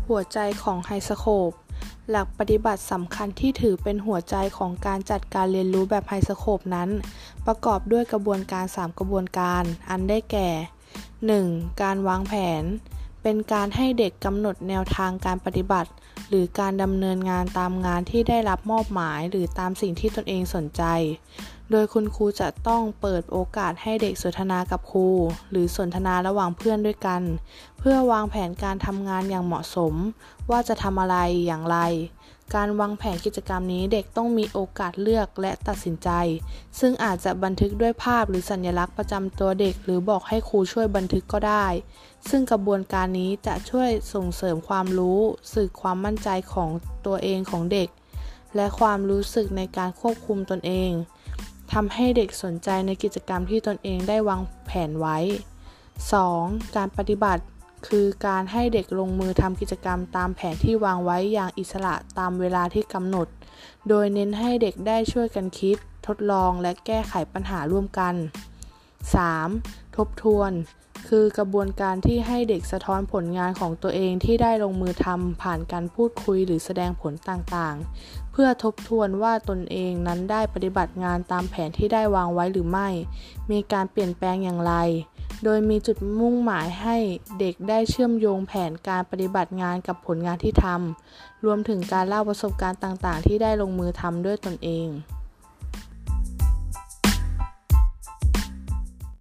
หัวใจของไฮสโคปหลักปฏิบัติสำคัญที่ถือเป็นหัวใจของการจัดการเรียนรู้แบบไฮสโคปนั้นประกอบด้วยกระบวนการ3กระบวนการอันได้แก่ 1. การวางแผนเป็นการให้เด็กกำหนดแนวทางการปฏิบัติหรือการดำเนินงานตามงานที่ได้รับมอบหมายหรือตามสิ่งที่ตนเองสนใจโดยคุณครูจะต้องเปิดโอกาสให้เด็กสนทนากับครูหรือสนทนาระหว่างเพื่อนด้วยกันเพื่อวางแผนการทำงานอย่างเหมาะสมว่าจะทำอะไรอย่างไรการวางแผนกิจกรรมนี้เด็กต้องมีโอกาสเลือกและตัดสินใจซึ่งอาจจะบันทึกด้วยภาพหรือสัญลักษณ์ประจำตัวเด็กหรือบอกให้ครูช่วยบันทึกก็ได้ซึ่งกระบวนการนี้จะช่วยส่งเสริมความรู้สึกความมั่นใจของตัวเองของเด็กและความรู้สึกในการควบคุมตนเองทำให้เด็กสนใจในกิจกรรมที่ตนเองได้วางแผนไว้ 2. การปฏิบัติคือการให้เด็กลงมือทำกิจกรรมตามแผนที่วางไว้อย่างอิสระตามเวลาที่กำหนดโดยเน้นให้เด็กได้ช่วยกันคิดทดลองและแก้ไขปัญหาร่วมกัน 3. ทบทวนคือกระบวนการที่ให้เด็กสะท้อนผลงานของตัวเองที่ได้ลงมือทำผ่านการพูดคุยหรือแสดงผลต่างๆเพื่อทบทวนว่าตนเองนั้นได้ปฏิบัติงานตามแผนที่ได้วางไว้หรือไม่มีการเปลี่ยนแปลงอย่างไรโดยมีจุดมุ่งหมายให้เด็กได้เชื่อมโยงแผนการปฏิบัติงานกับผลงานที่ทำรวมถึงการเล่าประสบการณ์ต่างๆที่ได้ลงมือทำด้วยตนเอง